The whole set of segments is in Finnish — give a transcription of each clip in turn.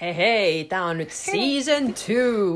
Hei hei, tää on nyt season 2.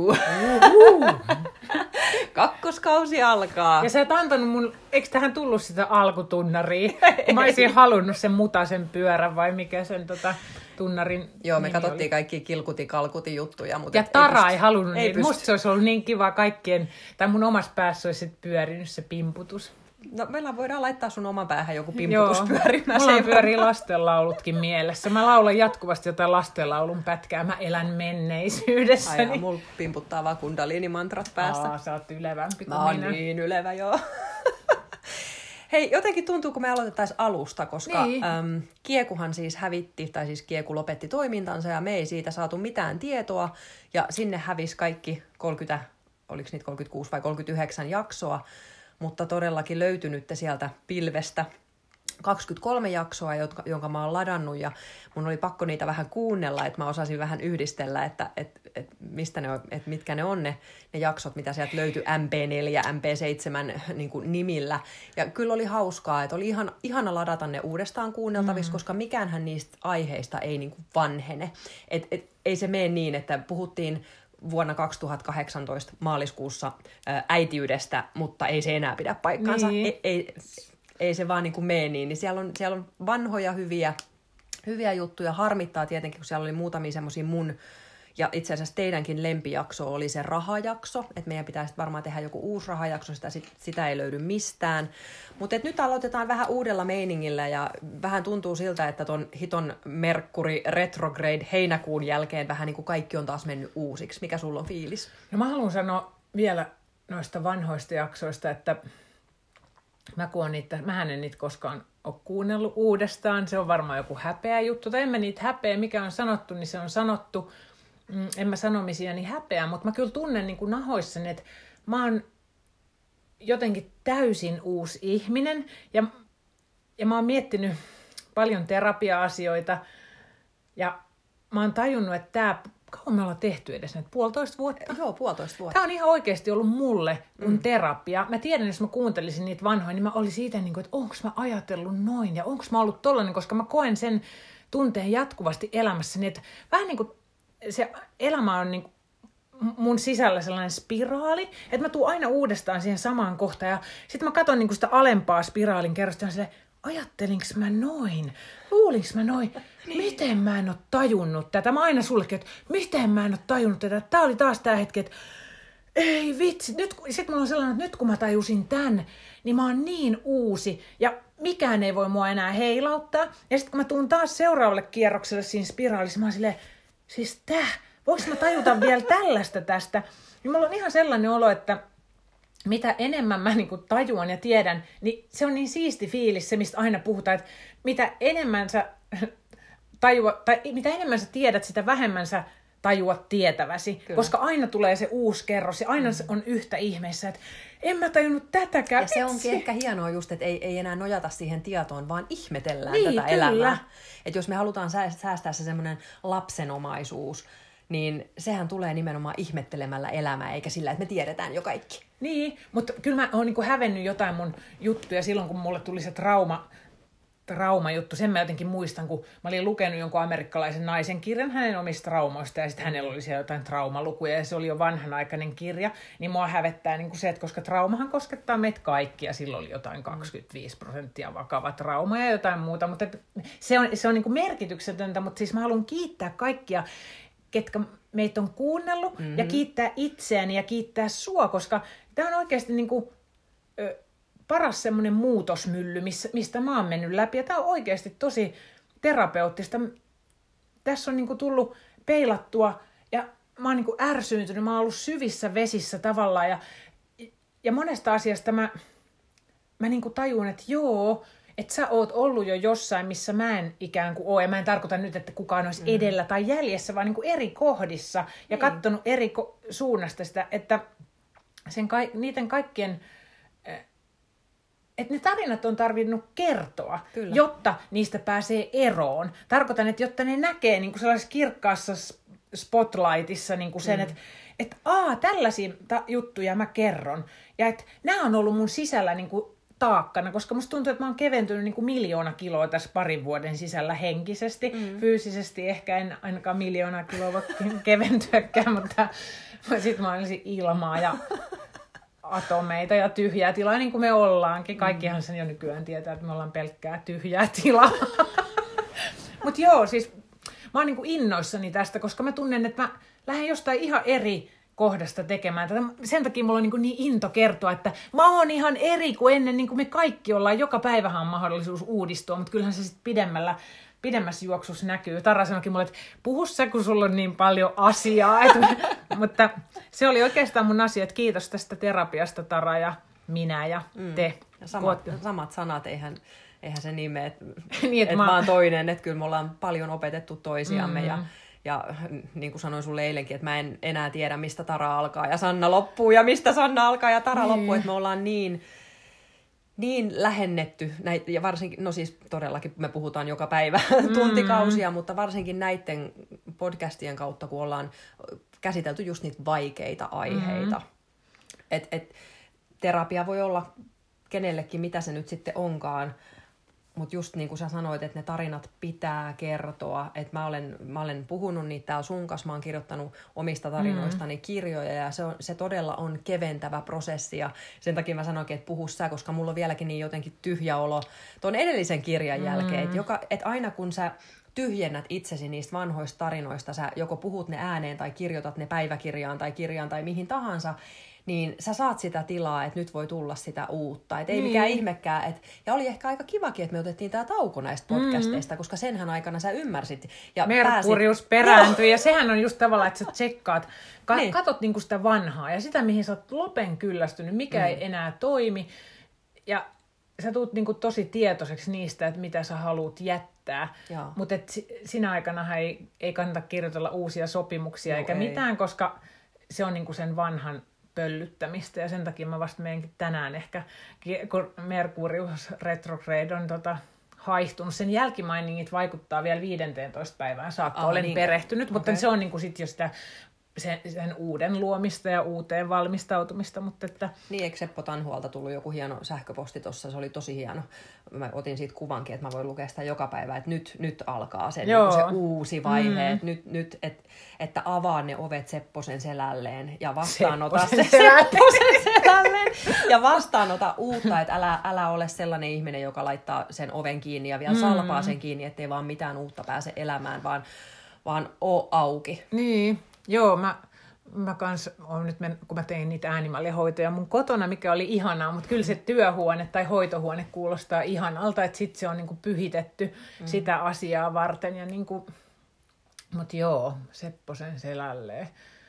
Kakkoskausi alkaa. Ja sä et antanut mun, eikö tähän tullut sitä alkutunnaria? Mä olisin halunnut sen mutaisen pyörän vai mikä sen tunnarin. Joo, me katsottiin kaikki kilkuti-kalkuti juttuja. Mutta ja Tara ei halunnut ei niitä. Musta se olisi ollut niin kiva kaikkien, tai mun omassa päässä olisi pyörinyt se pimputus. No meillä voidaan laittaa sun oman päähän joku pimputus pyörimään. Mulla pyörii lastenlaulutkin mielessä. Mä laulan jatkuvasti jotain lastenlaulun pätkää. Mä elän menneisyydessäni. Ai, mulla pimputtaa vaan kundaliini-mantrat päässä. Sä oot ylevämpi kuin minä. minä. Niin ylevä, joo. Hei, jotenkin tuntuu, kun me aloitettaisiin alusta, koska Kiekuhan siis hävitti, tai siis Kieku lopetti toimintansa, ja me ei siitä saatu mitään tietoa, ja sinne hävisi kaikki 30, oliko niitä 36 vai 39 jaksoa, mutta todellakin löytynyt sieltä pilvestä 23 jaksoa, jonka mä oon ladannut, ja mun oli pakko niitä vähän kuunnella, että mä osasin vähän yhdistellä, että mistä ne on, että mitkä ne on ne jaksot, mitä sieltä löytyi MP4, MP7 niin kuin nimillä. Ja kyllä oli hauskaa, että oli ihana ladata ne uudestaan kuunneltavissa, koska mikäänhän niistä aiheista ei niin kuin vanhene. Ei se mene niin, että puhuttiin vuonna 2018 maaliskuussa äitiydestä, mutta ei se enää pidä paikkaansa. Niin. Ei se vaan niin kuin mene niin. Niin siellä on vanhoja hyviä juttuja. Harmittaa tietenkin, kun siellä oli muutamia semmoisia mun, ja itse asiassa teidänkin lempijakso oli se rahajakso, että meidän pitäisi varmaan tehdä joku uusi rahajakso, sitä ei löydy mistään. Mutta nyt aloitetaan vähän uudella meiningillä, ja vähän tuntuu siltä, että ton hiton Merkuri retrograde heinäkuun jälkeen vähän niin kuin kaikki on taas mennyt uusiksi. Mikä sulla on fiilis? No mä haluan sanoa vielä noista vanhoista jaksoista, että mähän en niitä koskaan ole kuunnellut uudestaan. Se on varmaan joku häpeä juttu. Tai en mä niitä häpeä. Mikä on sanottu, niin se on sanottu. En mä sanomisiani häpeä, mutta mä kyllä tunnen niin kuin nahoissani, että mä oon jotenkin täysin uusi ihminen. Ja mä oon miettinyt paljon terapia-asioita. Ja mä oon tajunnut, että kauan me ollaan tehty edes näitä 1,5 vuotta? Joo, 1,5 vuotta. Tämä on ihan oikeasti ollut mulle kuin terapia. Mä tiedän, jos mä kuuntelisin niitä vanhoja, niin mä olisin itse, että onko mä ajatellut noin ja onko mä ollut tollainen, koska mä koen sen tunteen jatkuvasti elämässäni. Että vähän niin kuin se elämä on niin kuin mun sisällä sellainen spiraali, että mä tuun aina uudestaan siihen samaan kohtaan ja sitten mä katson niin kuin sitä alempaa spiraalin kerrosta ja silleen, ajattelinko mä noin? Luulinko mä noin? Miten mä en ole tajunnut tätä? Mä aina sullekin, että miten mä en ole tajunnut tätä? Tää oli taas tää hetki, että ei vitsi. Sitten mulla on sellainen, että nyt kun mä tajusin tän, niin mä oon niin uusi ja mikään ei voi mua enää heilauttaa. Ja sitten kun mä tuun taas seuraavalle kierrokselle siinä spiraalissa, mä oon silleen, siis voinko mä tajuta vielä tällaista tästä? Niin mulla on ihan sellainen olo, että mitä enemmän mä niin kuin tajuan ja tiedän, niin se on niin siisti fiilis, se mistä aina puhutaan, että mitä enemmän sä mitä enemmän sä tiedät, sitä vähemmän sä tajuat tietäväsi. Kyllä. Koska aina tulee se uusi kerros ja aina on yhtä ihmeessä, että en mä tajunnut tätäkään. Ja se onkin ehkä hienoa just, että ei enää nojata siihen tietoon, vaan ihmetellään niin, tätä kyllä. elämää. Että jos me halutaan säästää se semmoinen lapsenomaisuus, niin sehän tulee nimenomaan ihmettelemällä elämää, eikä sillä, että me tiedetään jo kaikki. Niin, mutta kyllä mä oon niinku hävennyt jotain mun juttuja silloin, kun mulle tuli se traumajuttu. Sen mä jotenkin muistan, kun mä olin lukenut jonkun amerikkalaisen naisen kirjan hänen omista traumoista, ja sitten hänellä oli siellä jotain traumalukuja, ja se oli jo vanhanaikainen kirja, niin mua hävettää niin kuin se, että koska traumahan koskettaa meitä kaikkia, silloin oli jotain 25% vakava trauma ja jotain muuta, mutta se on niin kuin merkityksetöntä, mutta siis mä haluan kiittää kaikkia, ketkä meitä on kuunnellut, ja kiittää itseäni ja kiittää sua, koska tämä on oikeasti niin kuin paras semmoinen muutosmylly, mistä mä oon mennyt läpi. Ja tää on oikeasti tosi terapeuttista. Tässä on niinku tullut peilattua ja mä oon niinku ärsyyntynyt. Mä oon ollut syvissä vesissä tavallaan. Ja monesta asiasta mä niinku tajun, että joo, että sä oot ollut jo jossain, missä mä en ikään kuin ole. Ja mä en tarkoita nyt, että kukaan olisi edellä tai jäljessä, vaan niinku eri kohdissa. Ja katsonut eri suunnasta sitä, että niiden kaikkien että ne tarinat on tarvinnut kertoa, kyllä, jotta niistä pääsee eroon. Tarkoitan, että jotta ne näkee niin kuin sellaisessa kirkkaassa spotlightissa niin kuin sen, että tällaisia juttuja mä kerron. Ja että nämä on ollut mun sisällä niin kuin taakkana, koska musta tuntuu, että mä oon keventynyt niin kuin 1 000 000 kiloa tässä 2 vuoden sisällä henkisesti. Fyysisesti ehkä en ainakaan 1 000 000 kiloa voi keventyäkään, mutta sit mä olisin ilmaa ja atomeita ja tyhjää tilaa, niin kuin me ollaankin. Kaikkihan sen jo nykyään tietää, että me ollaan pelkkää tyhjää tilaa. Mutta joo, siis mä oon niin kuin innoissani tästä, koska mä tunnen, että mä lähden jostain ihan eri kohdasta tekemään tätä. Sen takia mulla on niin into kertoa, että mä oon ihan eri kuin ennen, niin kuin me kaikki ollaan. Joka päivähän on mahdollisuus uudistua, mutta kyllähän se sitten pidemmässä juoksussa näkyy. Tara sanoikin mulle, että puhu sä, kun sulla on niin paljon asiaa. Mutta se oli oikeastaan mun asia, että kiitos tästä terapiasta, Tara ja minä ja te. Ja samat sanat, eihän se nime, että niin, et mä oon toinen, että kyllä me ollaan paljon opetettu toisiamme ja niin kuin sanoin sulle eilenkin, että mä en enää tiedä, mistä Tara alkaa ja Sanna loppuu ja mistä Sanna alkaa ja Tara loppuu, että me ollaan niin lähennetty, ja varsinkin, no siis todellakin me puhutaan joka päivä tuntikausia, mutta varsinkin näiden podcastien kautta, kun ollaan käsitelty just niitä vaikeita aiheita. Et terapia voi olla kenellekin, mitä se nyt sitten onkaan, mutta just niin kuin sä sanoit, että ne tarinat pitää kertoa, että mä olen puhunut niitä täällä sun kanssa, mä oon kirjoittanut omista tarinoistani kirjoja ja se todella on keventävä prosessi ja sen takia mä sanoinkin, että puhu sä, koska mulla on vieläkin niin jotenkin tyhjä olo tuon edellisen kirjan jälkeen, että aina kun sä tyhjennät itsesi niistä vanhoista tarinoista, sä joko puhut ne ääneen tai kirjoitat ne päiväkirjaan tai kirjaan tai mihin tahansa, niin sä saat sitä tilaa, että nyt voi tulla sitä uutta. Et ei mikään ihmekään. Ja oli ehkä aika kivakin, että me otettiin tää tauko näistä podcasteista, koska senhän aikana sä ymmärsit. Ja Merkurius perääntyi, ja sehän on just tavallaan, että sä tsekkaat, katot niinku sitä vanhaa, ja sitä, mihin sä oot lopen kyllästynyt, mikä ei enää toimi, ja sä tuut niinku tosi tietoiseksi niistä, että mitä sä haluat jättää. Mutta sinä aikana ei kannata kirjoitella uusia sopimuksia eikä mitään, koska se on niinku sen vanhan pöllyttämistä, ja sen takia mä vasta menenkin tänään ehkä, kun Merkurius retrograde on haihtunut. Sen jälkimainingit vaikuttaa vielä 15 päivään saakka. Olen perehtynyt, mutta se on niin kuin sit jo sitä sen uuden luomista ja uuteen valmistautumista. Mutta että niin, eikö Seppo Tanhualta tullut joku hieno sähköposti tuossa? Se oli tosi hieno. Mä otin siitä kuvankin, että mä voin lukea sitä joka päivä, että nyt alkaa se uusi vaihe. Että nyt että avaa ne ovet Sepposen selälleen ja vastaanota Sepposen selälleen ja vastaanota uutta, että älä ole sellainen ihminen, joka laittaa sen oven kiinni ja vielä salpaa sen kiinni, ettei vaan mitään uutta pääse elämään, vaan oo auki. Niin. Joo, mä kans on nyt, kun mä tein niitä äänimallihoitoja mun kotona, mikä oli ihanaa, mutta kyllä se työhuone tai hoitohuone kuulostaa ihanalta, että sit se on niinku pyhitetty sitä asiaa varten. Ja niinku, mutta joo, Sepposen selälleen.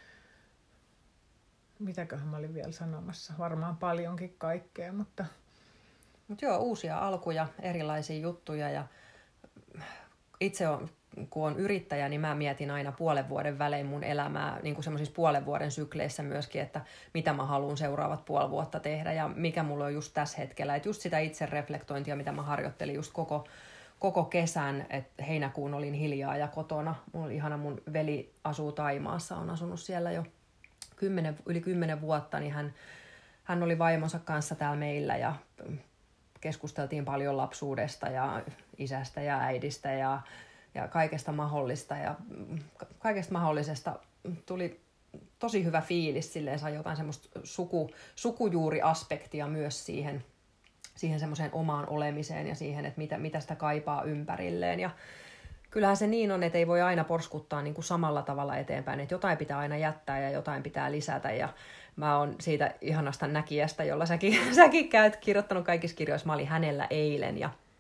Mitäköhän mä olin vielä sanomassa? Varmaan paljonkin kaikkea, mutta joo, uusia alkuja, erilaisia juttuja ja itse on kun on yrittäjä, niin mä mietin aina 0,5 vuoden välein mun elämää, niin kuin semmoisissa 0,5 vuoden sykleissä myöskin, että mitä mä haluan seuraavat 0,5 vuotta tehdä ja mikä mulla on just tässä hetkellä. Että just sitä itsereflektointia, mitä mä harjoittelin just koko kesän, että heinäkuun olin hiljaa ja kotona. Mulla oli ihana, mun veli asuu Thaimaassa, on asunut siellä jo yli 10 vuotta, niin hän oli vaimonsa kanssa täällä meillä ja keskusteltiin paljon lapsuudesta ja isästä ja äidistä ja kaikesta mahdollisesta tuli tosi hyvä fiilis, silleen sai jotain semmoista sukujuuriaspektia myös siihen semmoiseen omaan olemiseen ja siihen, että mitä sitä kaipaa ympärilleen. Ja kyllähän se niin on, että ei voi aina porskuttaa niin kuin samalla tavalla eteenpäin, että jotain pitää aina jättää ja jotain pitää lisätä. Ja mä oon siitä ihanasta näkijästä, jolla säkin käyt kirjoittanut kaikissa kirjoissa. Mä olin hänellä eilen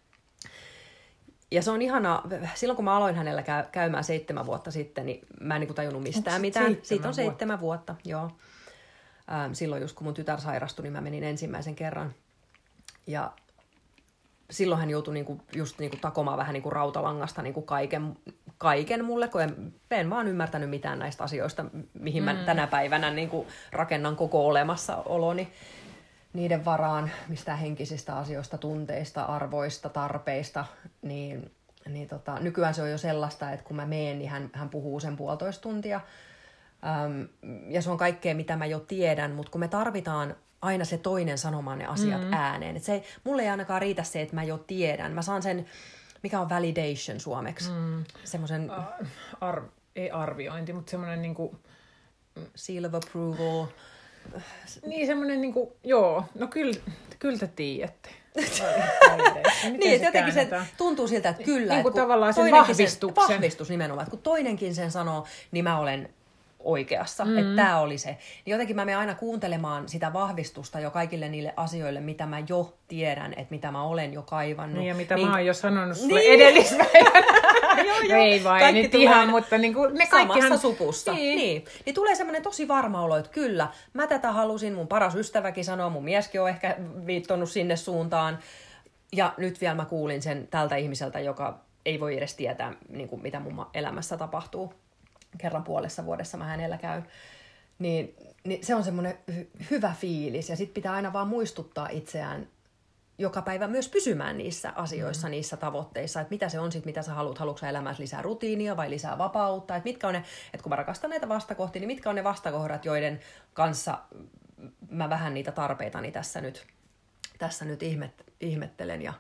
ja se on ihanaa, silloin kun mä aloin hänellä käymään 7 vuotta sitten, niin mä en niin kuin tajunnut mistään mitään. Siitä on 7 vuotta, joo. Silloin just kun mun tytär sairastui, niin mä menin ensimmäisen kerran. Ja silloin hän joutui just takomaan vähän rautalangasta kaiken mulle, kun en vaan ymmärtänyt mitään näistä asioista, mihin mä tänä päivänä rakennan koko olemassaoloni. Niiden varaan, mistä henkisistä asioista, tunteista, arvoista, tarpeista, niin nykyään se on jo sellaista, että kun mä meen, niin hän puhuu sen 1,5 tuntia. Ja se on kaikkea, mitä mä jo tiedän, mutta kun me tarvitaan aina se toinen sanomaan ne asiat ääneen. Et mulle ei ainakaan riitä se, että mä jo tiedän. Mä saan sen, mikä on validation suomeksi? Semmoisen... ei arviointi, mutta semmoinen niinku... Seal of approval. Niin semmoinen niinku, joo, no kyllä te tiedätte. Niin, jotenkin se tuntuu siltä, että kyllä. Niin kuin että tavallaan sen vahvistuksen. Vahvistus nimenomaan. Että kun toinenkin sen sanoo, niin mä olen oikeassa. Että tää oli se. Niin jotenkin mä menen aina kuuntelemaan sitä vahvistusta jo kaikille niille asioille, mitä mä jo tiedän, että mitä mä olen jo kaivannut. Niin ja mitä mä oon jo sanonut sulle edellispäivänä. Ei vain nyt ihan, mutta niin kuin ne kaikkihan... Samassa supussa. Niin tulee semmoinen tosi varma olo, että kyllä, mä tätä halusin, mun paras ystäväkin sanoo, mun mieskin on ehkä viittonut sinne suuntaan. Ja nyt vielä mä kuulin sen tältä ihmiseltä, joka ei voi edes tietää, niin kuin, mitä mun elämässä tapahtuu. Kerran puolessa vuodessa mä hänellä käyn. Niin se on semmoinen hyvä fiilis. Ja sit pitää aina vaan muistuttaa itseään joka päivä myös pysymään niissä asioissa, niissä tavoitteissa, että mitä se on sitten, mitä sä haluat. Haluatko sä elämässä lisää rutiinia vai lisää vapautta? Että mitkä on ne, että kun mä rakastan näitä vastakohtia, niin mitkä on ne vastakohdat, joiden kanssa mä vähän niitä tarpeitani tässä nyt ihmettelen ja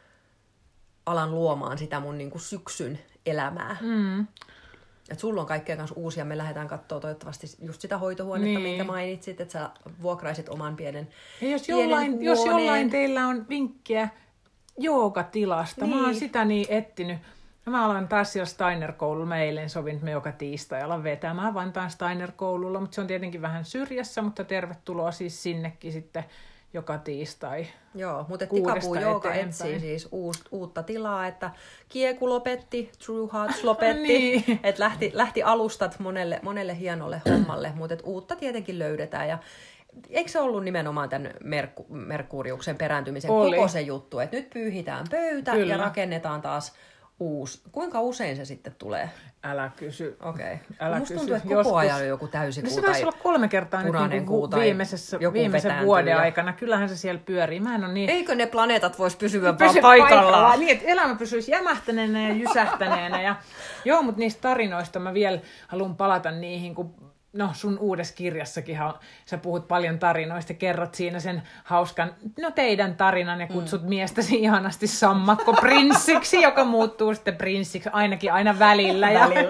alan luomaan sitä mun niinku syksyn elämää. Että sulla on kaikkea kanssa uusia. Me lähdetään katsoa toivottavasti just sitä hoitohuonetta, minkä mainitsit, että sä vuokraisit oman pienen jos jollain teillä on vinkkiä joogatilasta, mä oon sitä niin etsinyt. Mä aloin taas siellä Steiner-koululla. Mä eilen sovin, että me joka tiistai alan vetämään Vantaan Steiner-koululla, mutta se on tietenkin vähän syrjässä, mutta tervetuloa siis sinnekin sitten joka tiistai. Joo, mutta Tikapuu Jooga etsii siis uutta tilaa, että Kieku lopetti, True Hearts lopetti, niin. Että lähti alustat monelle hienolle hommalle, mutta uutta tietenkin löydetään ja eikö se ollut nimenomaan tämän Merkuriuksen perääntymisen koko se juttu, että nyt pyyhitään pöytä ja rakennetaan taas uusi. Kuinka usein se sitten tulee? Älä kysy. Okei. Musta tuntuu, että koko ajan on joku täysikuu tai se olla 3 kertaa nyt kuu viimeisen vuoden aikana. Kyllähän se siellä pyörii. Mä en ole niin... Eikö ne planeetat vois pysyä vaan paikallaan? Niin, että elämä pysyisi jämähtäneenä ja jysähtäneenä. Joo, mutta niistä tarinoista mä vielä haluan palata niihin, kun sun uudessa kirjassakin sä puhut paljon tarinoista, kerrot siinä sen hauskan, teidän tarinan ja kutsut miestäsi ihanasti sammakko-prinssiksi, joka muuttuu sitten prinssiksi ainakin aina välillä.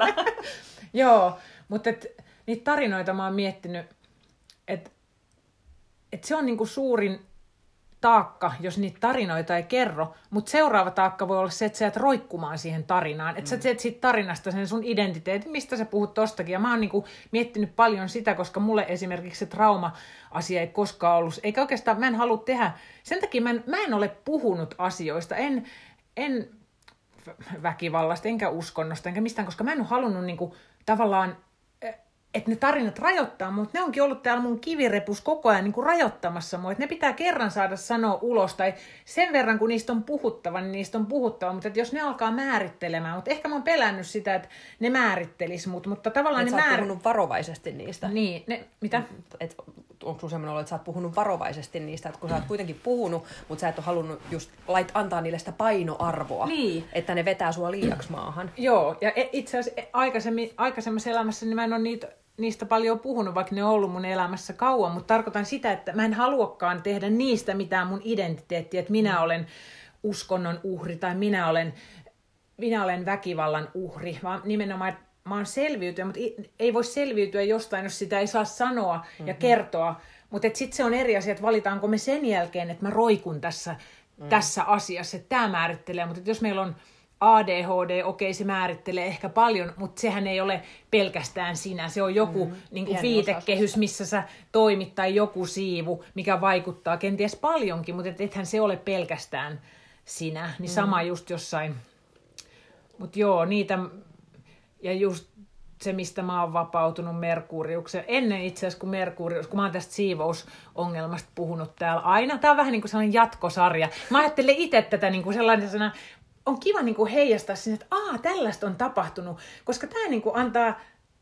Joo, mutta niitä tarinoita mä oon miettinyt, että se on niinku suurin taakka, jos niitä tarinoita ei kerro, mutta seuraava taakka voi olla se, että sä jäät roikkumaan siihen tarinaan, että sä teet siitä tarinasta sen sun identiteetin, mistä sä puhut tostakin, ja mä oon niinku miettinyt paljon sitä, koska mulle esimerkiksi se trauma-asia ei koskaan ollut, eikä oikeastaan mä en halua tehdä, sen takia mä en ole puhunut asioista, en väkivallasta, enkä uskonnosta, enkä mistään, koska mä en ole halunnut niinku tavallaan että ne tarinat rajoittaa, mutta ne onkin ollut täällä mun kivirepus koko ajan niin kuin rajoittamassa mua, että ne pitää kerran saada sanoa ulos, tai sen verran kun niistä on puhuttava, niin niistä on puhuttava, mutta että jos ne alkaa määrittelemään, mutta ehkä mä oon pelännyt sitä, että ne määrittelis mutta tavallaan ne sä oot puhunut varovaisesti niistä. Niin, mitä? Onko sun semmoinen olo, että sä oot puhunut varovaisesti niistä, että kun sä oot kuitenkin puhunut, mutta sä et ole halunnut just antaa niille sitä painoarvoa, että ne vetää sua liiaksi maahan. Joo, ja itse asiassa aikaisemmassa elämässä niin mä en ole niistä paljon puhunut, vaikka ne on ollut mun elämässä kauan, mutta tarkoitan sitä, että mä en haluakaan tehdä niistä mitään mun identiteettiä, että minä olen uskonnon uhri tai minä olen väkivallan uhri, vaan nimenomaan, että mä oon selviytyä, mutta ei voi selviytyä jostain, jos sitä ei saa sanoa ja kertoa, mutta sitten se on eri asia, että valitaanko me sen jälkeen, että mä roikun tässä asiassa, että tämä määrittelee, mutta jos meillä on ADHD, okei, se määrittelee ehkä paljon, mutta sehän ei ole pelkästään sinä. Se on joku niin kuin viitekehys, missä sä toimit, tai joku siivu, mikä vaikuttaa kenties paljonkin, mutta ethän se ole pelkästään sinä. Niin sama just jossain. Mutta joo, niitä, ja just se, mistä mä oon vapautunut Merkuriuksen. Ennen itse asiassa, kun mä oon tästä siivousongelmasta puhunut täällä aina. Tää on vähän niin kuin sellainen jatkosarja. Mä ajattelen itse tätä niin kuin sellaisena, on kiva niin kuin heijastaa sinne, että tällaista on tapahtunut, koska tämä niin kuin antaa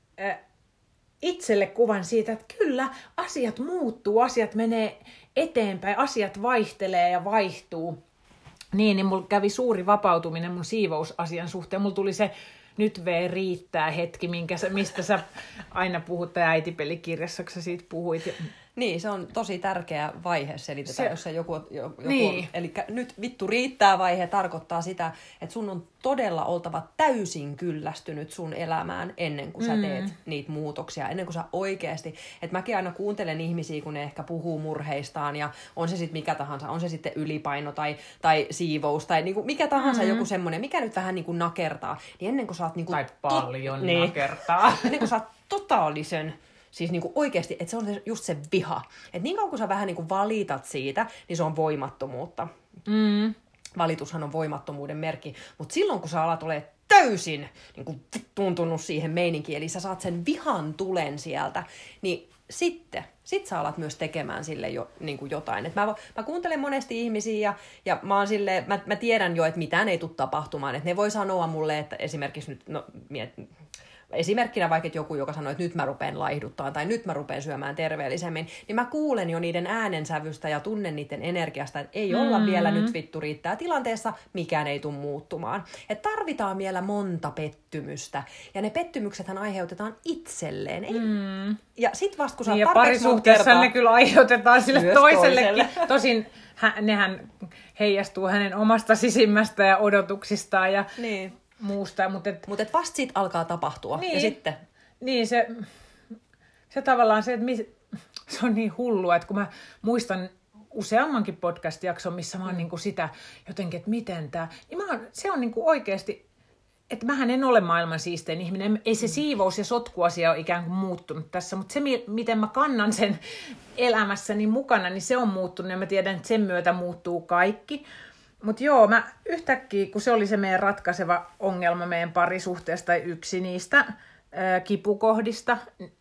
itselle kuvan siitä, että kyllä, asiat muuttuu, asiat menee eteenpäin, asiat vaihtelee ja vaihtuu. Niin mulla kävi suuri vapautuminen mun siivousasian suhteen. Mulla tuli se nyt riittää hetki, mistä sä aina puhut, tai äitipelikirjassa, kun sä siitä puhuit. Niin, se on tosi tärkeä vaihe selitetään, jos se joku niin. Eli nyt vittu riittää vaihe tarkoittaa sitä, että sun on todella oltava täysin kyllästynyt sun elämään ennen kuin sä teet niitä muutoksia, ennen kuin sä oikeasti, että mäkin aina kuuntelen ihmisiä, kun ne ehkä puhuu murheistaan ja on se sitten mikä tahansa, on se sitten ylipaino tai siivous tai niinku mikä tahansa joku semmoinen, mikä nyt vähän niinku nakertaa, niin ennen kuin sä oot niinku tai paljon nakertaa. Ennen kuin sä oot totaalisen, siis niinku oikeasti, että se on just se viha. Että niin kauan kun sä vähän niinku valitat siitä, niin se on voimattomuutta. Valitushan on voimattomuuden merkki. Mutta silloin kun sä alat olemaan täysin niinku tuntunut siihen meininkiin, eli sä saat sen vihan tulen sieltä, niin sitten sä alat myös tekemään sille niinku jotain. Et mä kuuntelen monesti ihmisiä ja mä oon mä tiedän jo, että mitään ei tule tapahtumaan. Et ne voi sanoa mulle, että esimerkiksi nyt, esimerkkinä vaikka joku, joka sanoo, että nyt mä rupean laihduttaa tai nyt mä rupean syömään terveellisemmin, niin mä kuulen jo niiden äänensävystä ja tunnen niiden energiasta, että ei olla vielä nyt vittu riittää tilanteessa, mikään ei tule muuttumaan. Että tarvitaan vielä monta pettymystä. Ja ne pettymyksethän aiheutetaan itselleen. Ja sit vasta kun sä ja parisuhteessa ne kyllä aiheutetaan sille toisellekin. Tosin nehän heijastuu hänen omasta sisimmästä ja odotuksistaan ja muusta. Mutta vasta siitä alkaa tapahtua. Niin, ja sitten niin se tavallaan se, että se on niin hullua, että kun mä muistan useammankin podcast-jakson, missä mä oon niinku sitä jotenkin, että miten tää, niin se on niinku oikeasti, että mähän en ole maailman siistein ihminen. Ei se siivous- ja sotkuasia ole ikään kuin muuttunut tässä, mutta se, miten mä kannan sen elämässäni mukana, niin se on muuttunut ja mä tiedän, että sen myötä muuttuu kaikki. Mutta joo, mä yhtäkkiä, kun se oli se meidän ratkaiseva ongelma meidän parisuhteesta tai yksi niistä kipukohdista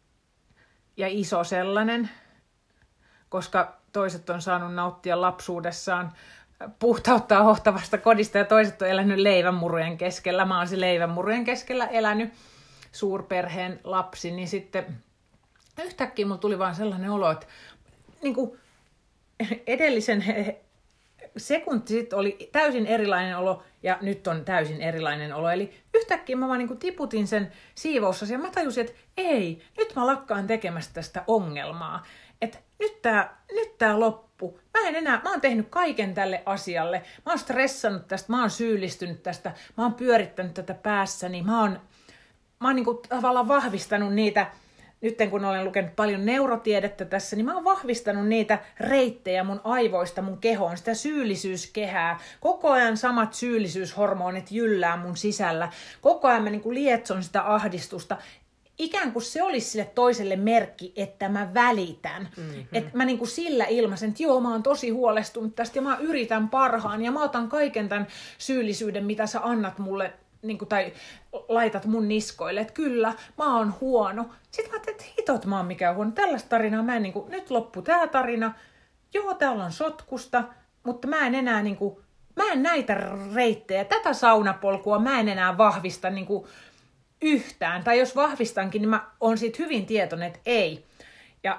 ja iso sellainen, koska toiset on saanut nauttia lapsuudessaan puhtautta hohtavasta kodista ja toiset on elänyt leivänmurujen keskellä. Mä oon se leivänmurujen keskellä elänyt suurperheen lapsi, niin sitten yhtäkkiä mulla tuli vaan sellainen olo, että niin kuin edellisen sekunti sitten oli täysin erilainen olo ja nyt on täysin erilainen olo. Eli yhtäkkiä mä vaan niin kuin tiputin sen siivousasian. Mä tajusin, että ei, nyt mä lakkaan tekemästä tästä ongelmaa. Että nyt tää loppu. Mä oon tehnyt kaiken tälle asialle. Mä oon stressannut tästä, mä oon syyllistynyt tästä, mä oon pyörittänyt tätä päässäni. Mä oon niin kuin tavallaan vahvistanut niitä. Nyt kun olen lukenut paljon neurotiedettä tässä, niin mä oon vahvistanut niitä reittejä mun aivoista, mun kehoon, sitä syyllisyyskehää. Koko ajan samat syyllisyyshormonit jyllää mun sisällä. Koko ajan mä niin kuin lietson sitä ahdistusta. Ikään kuin se olisi sille toiselle merkki, että mä välitän. Että mä niin kuin sillä ilmaisen, että joo, mä oon tosi huolestunut tästä ja mä yritän parhaan ja mä otan kaiken tämän syyllisyyden, mitä sä annat mulle niin kuin, tai laitat mun niskoille, että kyllä, mä oon huono. Sitten mä ajattelin, että hitot mä oon mikään huono. Tällaista tarinaa mä en, niin kuin, nyt loppu tää tarina. Joo, täällä on sotkusta, mutta mä en enää, niin kuin, mä en näitä reittejä, tätä saunapolkua mä en enää vahvista niin kuin, yhtään. Tai jos vahvistankin, niin mä oon siitä hyvin tietoinen, että ei. Ja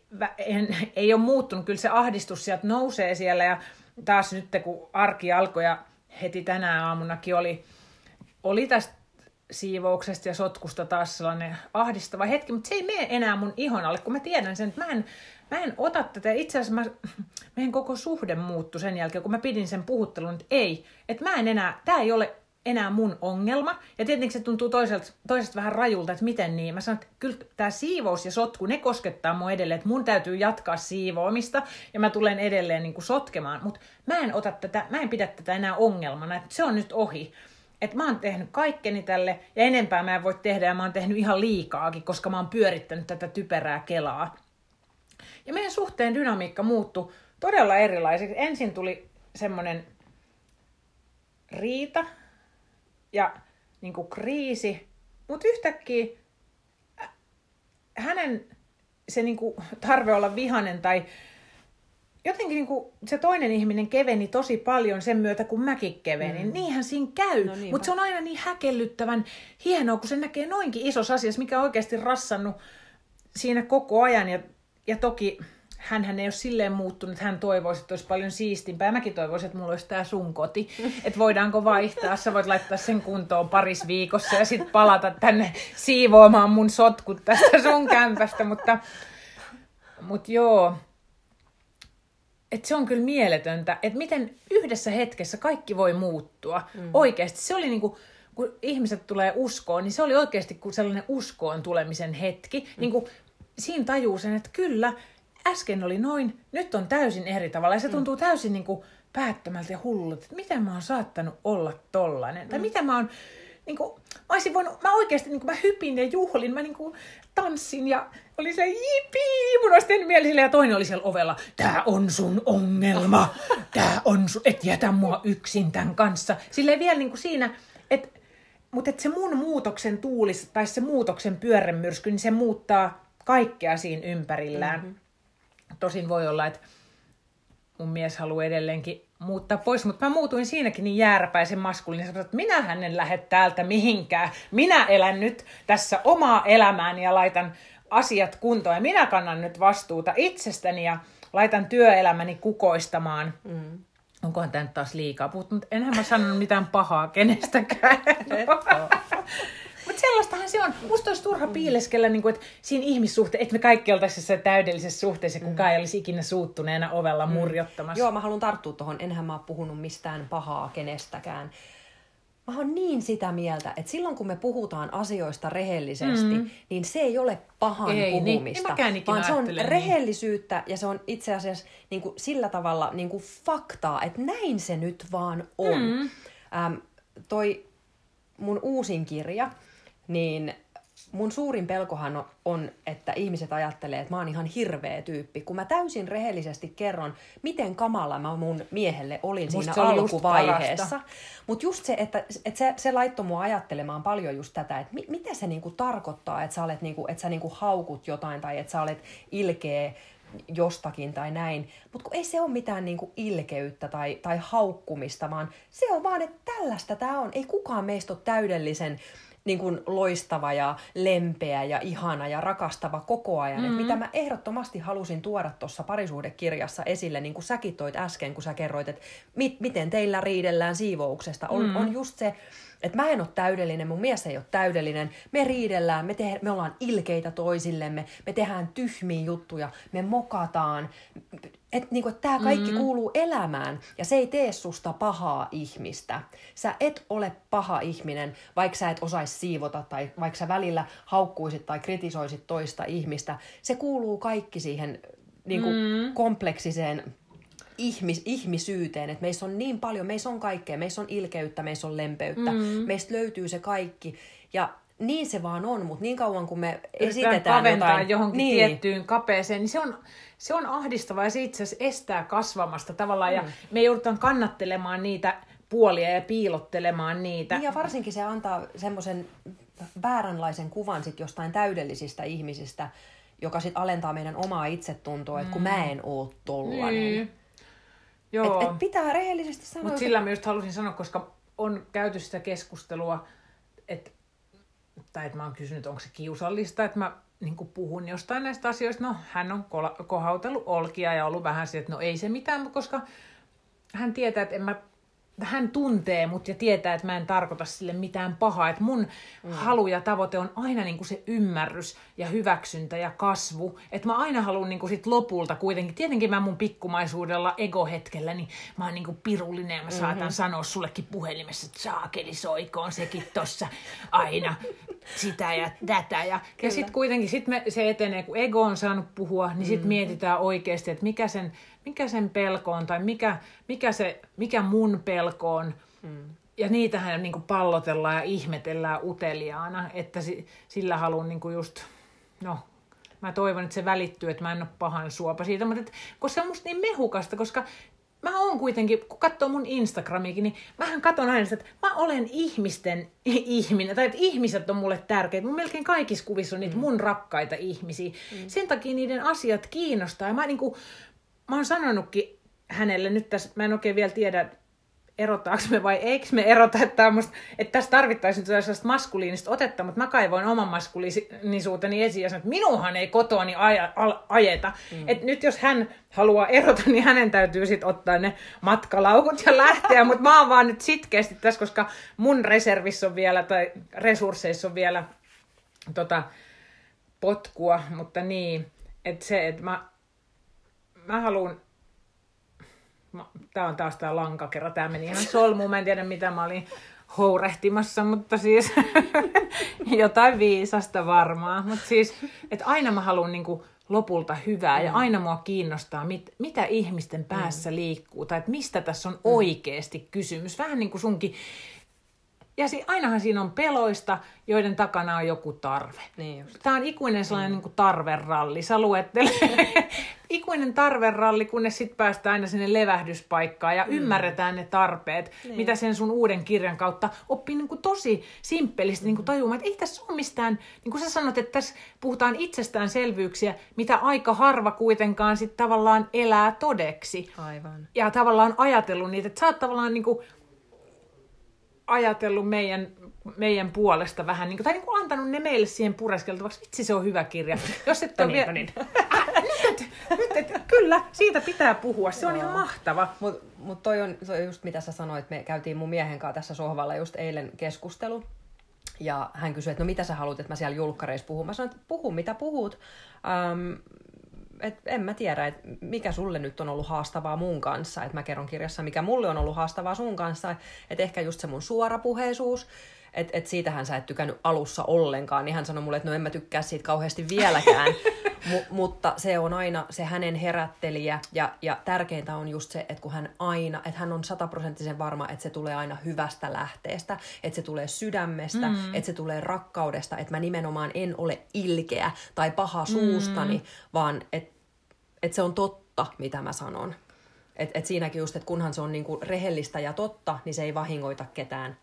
ei ole muuttunut. Kyllä se ahdistus sieltä nousee siellä. Ja taas nyt, kun arki alkoi ja heti tänä aamunakin oli tästä siivouksesta ja sotkusta taas sellainen ahdistava hetki, mutta se ei mene enää mun ihon alle, kun mä tiedän sen, että mä en ota tätä. Itse asiassa meidän koko suhde muuttui sen jälkeen, kun mä pidin sen puhuttelun, että ei, että mä en enää, tää ei ole enää mun ongelma. Ja tietenkin se tuntuu toisesta vähän rajulta, että miten niin. Mä sanon, että kyllä tämä siivous ja sotku, ne koskettaa mua edelleen, että mun täytyy jatkaa siivoamista ja mä tulen edelleen niin kuin sotkemaan. Mutta mä en pidä tätä enää ongelmana, että se on nyt ohi. Että mä oon tehnyt kaikkeni tälle ja enempää mä en voi tehdä ja mä oon tehnyt ihan liikaakin, koska mä oon pyörittänyt tätä typerää kelaa. Ja meidän suhteen dynamiikka muuttui todella erilaiseksi. Ensin tuli semmoinen riita ja niin kuin kriisi, mutta yhtäkkiä hänen se niin kuin tarve olla vihainen tai jotenkin niin kuin se toinen ihminen keveni tosi paljon sen myötä, kun mäkin kevenin. Niinhän siinä käy, no mutta se on aina niin häkellyttävän hienoa, kun se näkee noinkin isossa asiassa, mikä on oikeasti rassannut siinä koko ajan. Ja toki hänhän ei ole silleen muuttunut, että hän toivoisi, että olisi paljon siistimpää. Mäkin toivoisin, että mulla olisi tää sun koti. Että voidaanko vaihtaa, sä voit laittaa sen kuntoon paris viikossa ja sitten palata tänne siivoamaan mun sotkut tästä sun kämpästä. Mutta Mut joo, että se on kyllä mieletöntä, että miten yhdessä hetkessä kaikki voi muuttua. Oikeasti se oli niinku, kun ihmiset tulee uskoon, niin se oli oikeasti kuin sellainen uskoon tulemisen hetki. Niinku, siinä tajuu sen, että kyllä, äsken oli noin, nyt on täysin eri tavalla. Ja se tuntuu täysin niinku päättömältä ja hullulta, että miten mä oon saattanut olla tollanen. Tai mitä mä oon, niinku, mä oikeasti niinku, mä hypin ja juhlin, mä niinku tanssin ja oli se jipii, mun olisi tehnyt mieli sille, ja toinen oli siellä ovella, tää on sun ongelma, et jätä mua yksin tän kanssa. Silleen vielä niinku siinä, mutta se mun muutoksen tuulis, tai se muutoksen pyörremyrsky, niin se muuttaa kaikkea siinä ympärillään. Tosin voi olla, että mun mies haluaa edelleenkin muuttaa pois, mutta mä muutuin siinäkin niin jääräpäisen maskuliinisen, että minähän en lähde täältä mihinkään. Minä elän nyt tässä omaa elämääni ja laitan asiat kuntoon. Ja minä kannan nyt vastuuta itsestäni ja laitan työelämäni kukoistamaan. Onkohan tämä nyt taas liikaa puhuttu, mutta enhän mä sanonut mitään pahaa kenestäkään. Mutta sellaistahan se on. Musta olisi turha piileskellä, niin kuin, että siinä ihmissuhteessa, että me kaikki oltaisiin se täydellisessä suhteessa, kukaan ei olisi ikinä suuttuneena ovella murjottamassa. Joo, mä haluan tarttua tuohon. Enhän mä ole puhunut mistään pahaa kenestäkään. Mä oon niin sitä mieltä, että silloin kun me puhutaan asioista rehellisesti, niin se ei ole pahan puhumista, vaan se on rehellisyyttä ja se on itse asiassa niin kuin sillä tavalla niin kuin faktaa, että näin se nyt vaan on. Toi mun uusin kirja, niin mun suurin pelkohan on, että ihmiset ajattelee, että mä oon ihan hirveä tyyppi, kun mä täysin rehellisesti kerron, miten kamala mä mun miehelle olin siinä alkuvaiheessa. Mutta just se, että se laittoi mua ajattelemaan paljon just tätä, että mitä se niinku tarkoittaa, että sä olet että sä niinku haukut jotain tai että sä olet ilkeä jostakin tai näin. Mutta ei se ole mitään niinku ilkeyttä tai haukkumista, vaan se on vaan, että tällaista tää on. Ei kukaan meistä ole täydellisen niin kuin loistava ja lempeä ja ihana ja rakastava koko ajan. Et mitä mä ehdottomasti halusin tuoda tuossa parisuhdekirjassa esille, niin kuin säkin toit äsken, kun sä kerroit, että miten teillä riidellään siivouksesta. On just se, että mä en ole täydellinen, mun mies ei ole täydellinen. Me riidellään, me ollaan ilkeitä toisillemme, me tehdään tyhmiä juttuja, me mokataan. Että niinku, tää kaikki kuuluu elämään ja se ei tee susta pahaa ihmistä. Sä et ole paha ihminen, vaikka sä et osaisi siivota tai vaikka sä välillä haukkuisit tai kritisoisit toista ihmistä. Se kuuluu kaikki siihen niinku, kompleksiseen ihmisyyteen, että meissä on niin paljon, meissä on kaikkea, meissä on ilkeyttä, meissä on lempeyttä, meistä löytyy se kaikki ja niin se vaan on, mutta niin kauan kun me esitetään jotain johonkin tiettyyn kapeeseen, niin se on ahdistavaa ja se itse asiassa estää kasvamasta tavallaan ja me joudutaan kannattelemaan niitä puolia ja piilottelemaan niitä. Niin ja varsinkin se antaa semmoisen vääränlaisen kuvan sit jostain täydellisistä ihmisistä, joka sit alentaa meidän omaa itsetuntoa, että kun mä en oo tollanen. Joo. Et pitää rehellisesti sanoa. Mutta sillä mä just halusin sanoa, koska on käyty sitä keskustelua, että mä oon kysynyt, onko se kiusallista, että mä niin puhun jostain näistä asioista. No, hän on kohautellut olkia ja ollut vähän se, että no ei se mitään, koska hän tietää, että hän tuntee mut ja tietää, että mä en tarkoita sille mitään pahaa. Että mun halu ja tavoite on aina niinku se ymmärrys ja hyväksyntä ja kasvu. Että mä aina haluan niinku sit lopulta kuitenkin, tietenkin mä mun pikkumaisuudella egohetkellä, niin mä oon niinku pirullinen ja mä saatan sanoa sullekin puhelimessa, että saakeli soikoon sekin tossa aina sitä ja tätä. Ja sit kuitenkin se etenee, kun ego on saanut puhua, niin sit mietitään oikeasti, että mikä sen pelko on tai mikä mun pelko on. Ja niitähän niin kuin pallotellaan ja ihmetellään uteliaana, että sillä haluan niin kuin just, mä toivon, että se välittyy, että mä en ole pahan suopa siitä, mutta koska se on musta niin mehukasta, koska mä oon kuitenkin, kun katsoo mun Instagramiakin, niin mähän katon aina sitä, että mä olen ihmisten ihminen, tai että ihmiset on mulle tärkeitä. Mun melkein kaikissa kuvissa on niitä mun rakkaita ihmisiä. Sen takia niiden asiat kiinnostaa. Ja mä oon sanonutkin hänelle nyt tässä, mä en oikein vielä tiedä, erotaanko me vai eikö me erota, että tässä tarvittaisiin sellaista maskuliinista otetta, mutta mä kaivoin oman maskuliinisuuteni esiin ja sanoin, että minuhan ei kotoani ajeta. Että nyt jos hän haluaa erota, niin hänen täytyy sitten ottaa ne matkalaukut ja lähteä, mutta mä oon vaan nyt sitkeästi tässä, koska mun reservissä on vielä, tai resursseissa on vielä potkua, mutta niin, että se, että mä haluan, tää on taas tää lankakerra, tää meni ihan solmuun, mä en tiedä mitä mä olin hourehtimassa, mutta siis jotain viisasta varmaan. Mutta siis, että aina mä haluan niinku lopulta hyvää ja aina mua kiinnostaa, mitä ihmisten päässä liikkuu tai että mistä tässä on oikeasti kysymys. Vähän niin kuin sunkin. Ja ainahan siinä on peloista, joiden takana on joku tarve. Niin tämä on ikuinen sellainen niin kuin tarveralli. Sä luettelet ikuinen tarveralli, kunnes sitten päästään aina sinne levähdyspaikkaan ja ymmärretään ne tarpeet, mitä sen sun uuden kirjan kautta oppii niin kuin tosi simppelisti niin kuin tajumaan, että ei tässä ole mistään, niin kuin sä sanot, että tässä puhutaan itsestäänselvyyksiä, mitä aika harva kuitenkaan sitten tavallaan elää todeksi. Aivan. Ja tavallaan ajatellut niitä, että sä oot tavallaan niin kuin ajatellut meidän puolesta vähän, tai niin kuin antanut ne meille siihen pureskeltavaksi. Vitsi, se on hyvä kirja. Jos et ole vielä... Nyt, kyllä, siitä pitää puhua. Se on ihan mahtava. Mutta toi on just mitä sä sanoit. Me käytiin mun miehen kanssa tässä sohvalla just eilen keskustelu. Ja hän kysyi, että no mitä sä haluat, että mä siellä julkkareissa puhun. Mä sanoin, että puhu mitä puhut. En mä tiedä, että mikä sulle nyt on ollut haastavaa mun kanssa. Että mä kerron kirjassa, mikä mulle on ollut haastavaa sun kanssa. Että ehkä just se mun suorapuheisuus. Että siitähän sä et tykännyt alussa ollenkaan. Niin hän sanoi mulle, että no en mä tykkää siitä kauheasti vieläkään. Mutta se on aina se hänen herättelijä. Ja tärkeintä on just se, että kun hän on 100% varma, että se tulee aina hyvästä lähteestä. Että se tulee sydämestä, että se tulee rakkaudesta. Että mä nimenomaan en ole ilkeä tai paha suustani, vaan että se on totta, mitä mä sanon. Että siinäkin just, että kunhan se on niinku rehellistä ja totta, niin se ei vahingoita ketään.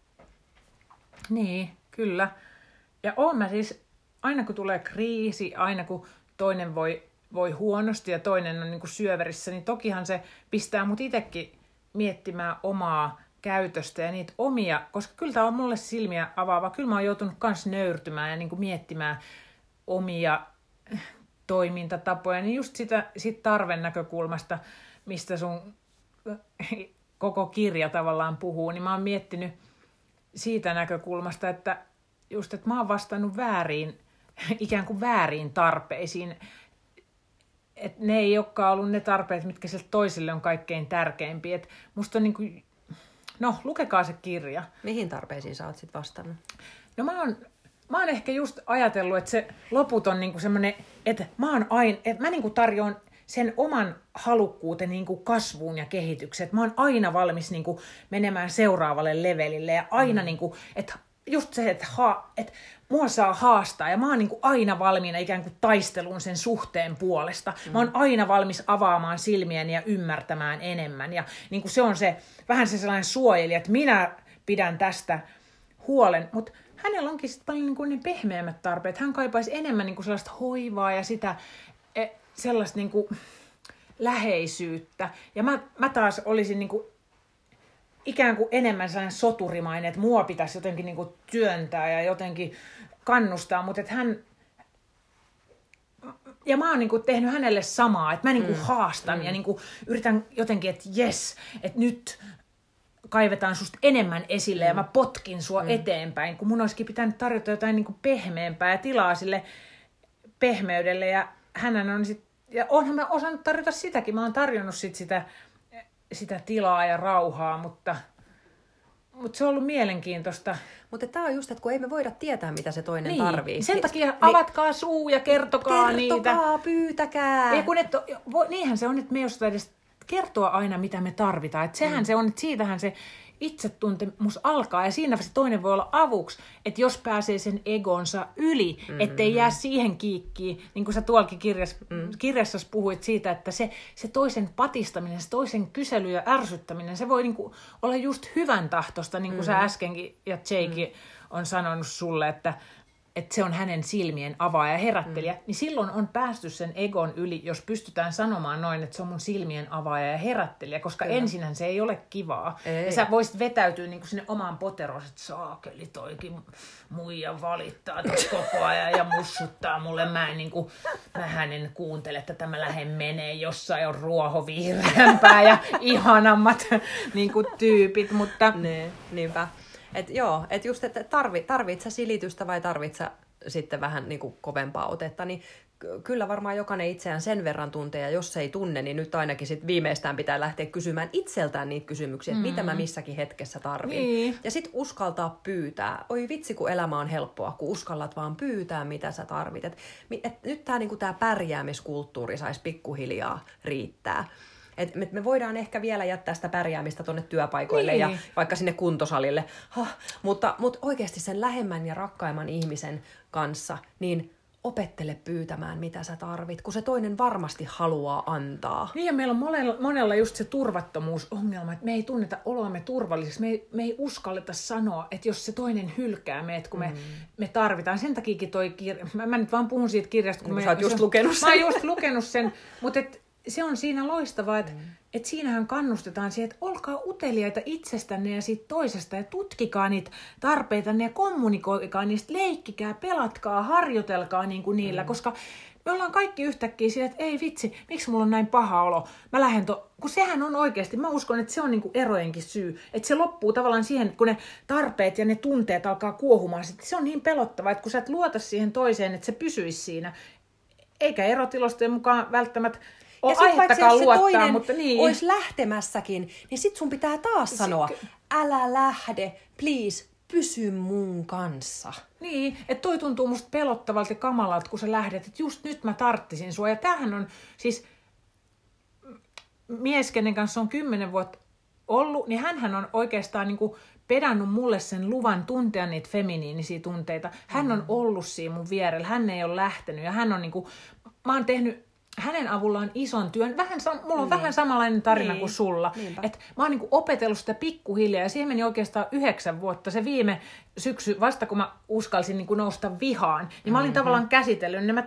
Niin, kyllä. Ja oon mä siis, aina kun tulee kriisi, aina kun toinen voi huonosti ja toinen on niinku syöverissä, niin tokihan se pistää mut itsekin miettimään omaa käytöstä ja niitä omia, koska kyllä tämä on mulle silmiä avaava. Kyllä mä oon joutunut kans nöyrtymään ja niinku miettimään omia toimintatapoja, niin just siitä tarven näkökulmasta, mistä sun koko kirja tavallaan puhuu, niin mä oon miettinyt siitä näkökulmasta, että just, että mä oon vastannut ikään kuin vääriin tarpeisiin. Että ne ei olekaan ollut ne tarpeet, mitkä sille toiselle on kaikkein tärkeimpiä. Että musta on niin kuin, no lukekaa se kirja. Mihin tarpeisiin sä oot sit vastannut? No mä oon ehkä just ajatellut, että se loput on niinku semmoinen, että mä niinku tarjoan sen oman halukkuuteni niinku kasvuun ja kehitykseen. Että mä oon aina valmis niinku menemään seuraavalle levelille ja aina niinku, että just se, että mua saa haastaa ja mä oon niinku aina valmiina ikään kuin taisteluun sen suhteen puolesta. Mä oon aina valmis avaamaan silmiäni ja ymmärtämään enemmän. Ja niinku se on se vähän se sellainen suojelija, että minä pidän tästä huolen, mutta hänellä onkin sitten paljon niin kuin ne pehmeämmät tarpeet. Hän kaipaisi enemmän niin kuin sellaista hoivaa ja sitä sellaista niin kuin läheisyyttä. Ja mä taas olisin niin kuin ikään kuin enemmän sellainen soturimainen, että mua pitäisi jotenkin niin kuin työntää ja jotenkin kannustaa, mutta että hän... Ja mä oon niin kuin tehnyt hänelle samaa, että mä niin kuin haastan ja niin kuin yritän jotenkin, että jes, että nyt... kaivetaan susta enemmän esille ja mä potkin sua eteenpäin, kun mun olisikin pitänyt tarjota jotain niin kuin pehmeämpää ja tilaa sille pehmeydelle. Ja hänhän on ja onhan mä osannut tarjota sitäkin. Mä oon tarjonnut sitä tilaa ja rauhaa, mutta se on ollut mielenkiintoista. Mutta tämä on just, että kun ei me voida tietää, mitä se toinen tarvii. Sen takia avatkaa suu ja kertokaa niitä. Kertokaa, pyytäkää. Ja kun niinhän se on, että me ei osata edes kertoa aina, mitä me tarvitaan. Että sehän se on, että siitähän se itsetuntemus alkaa. Ja siinä se toinen voi olla avuksi, että jos pääsee sen egonsa yli, ettei jää siihen kiikkiin. Niin kuin sä tuollakin kirjassa puhuit siitä, että se toisen patistaminen, se toisen kysely ja ärsyttäminen, se voi niin kuin olla just hyvän tahtosta, niin kuin sä äskenkin ja Jake on sanonut sulle, että se on hänen silmien avaaja ja herättelijä, niin silloin on päästy sen egon yli, jos pystytään sanomaan noin, että se on mun silmien avaaja ja herättelijä, koska ensinhän se ei ole kivaa. Ei. Ja sä voisit vetäytyä niin kuin sinne omaan poteroon, että saakeli toikin muija valittaa koko ajan ja mussuttaa mulle. Mä en kuuntele, että tämä lähden menee, jossain on ruohovihreämpää ja ihanammat niin kuin tyypit, mutta... Niinpä. Että just, että tarvit sä silitystä vai tarvit sä sitten vähän niin kuin kovempaa otetta, niin kyllä varmaan jokainen itseään sen verran tuntee, ja jos ei tunne, niin nyt ainakin sit viimeistään pitää lähteä kysymään itseltään niitä kysymyksiä, että mitä mä missäkin hetkessä tarvin. Niin. Ja sitten uskaltaa pyytää. Oi vitsi, kun elämä on helppoa, kun uskallat vaan pyytää, mitä sä tarvit. Nyt tämä niinku pärjäämiskulttuuri saisi pikkuhiljaa riittää. Et me voidaan ehkä vielä jättää sitä pärjäämistä tuonne työpaikoille ja vaikka sinne kuntosalille, mutta oikeasti sen lähemmän ja rakkaimman ihmisen kanssa, niin opettele pyytämään, mitä sä tarvit, kun se toinen varmasti haluaa antaa. Niin, ja meillä on monella just se turvattomuusongelma, että me ei tunneta oloamme turvalliseksi. Me ei uskalleta sanoa, että jos se toinen hylkää meitä, kun me tarvitaan. Sen takiakin toi kirja, mä nyt vaan puhun siitä kirjasta, kun sä oot just lukenut sen. Mä oon just lukenut sen, mutta se on siinä loistavaa, että siinähän kannustetaan siihen, että olkaa uteliaita itsestänne ja siitä toisesta ja tutkikaa niitä tarpeitanne ja kommunikoikaa niistä, leikkikää, pelatkaa, harjoitelkaa niin kuin niillä, koska me ollaan kaikki yhtäkkiä siinä, että ei vitsi, miksi mulla on näin paha olo, mä lähden kun sehän on oikeasti, mä uskon, että se on niin kuin erojenkin syy, että se loppuu tavallaan siihen, että kun ne tarpeet ja ne tunteet alkaa kuohumaan, se on niin pelottavaa, että kun sä et luota siihen toiseen, että se pysyisi siinä, eikä erotilostojen mukaan välttämättä ja sitten vaikka se toinen mutta olisi lähtemässäkin, niin sit sun pitää taas sanoa, älä lähde, please, pysy mun kanssa. Niin, että toi tuntuu musta pelottavalta ja kamalalta, kun sä lähdet, että just nyt mä tarttisin sua. Ja tämähän on siis mies, kenen kanssa on 10 vuotta ollut, niin hänhän on oikeastaan niinku pedannut mulle sen luvan tuntea niitä feminiinisiä tunteita. Hän on ollut siinä mun vierellä, hän ei ole lähtenyt ja hän on niinku, mä oon tehnyt hänen avullaan ison työn. Mulla on vähän samanlainen tarina kuin sulla. Et mä oon niinku opetellut sitä pikkuhiljaa ja siihen meni oikeastaan 9 vuotta. Se viime syksy, vasta kun mä uskalsin niinku nousta vihaan, niin mä olin tavallaan käsitellyt. Niin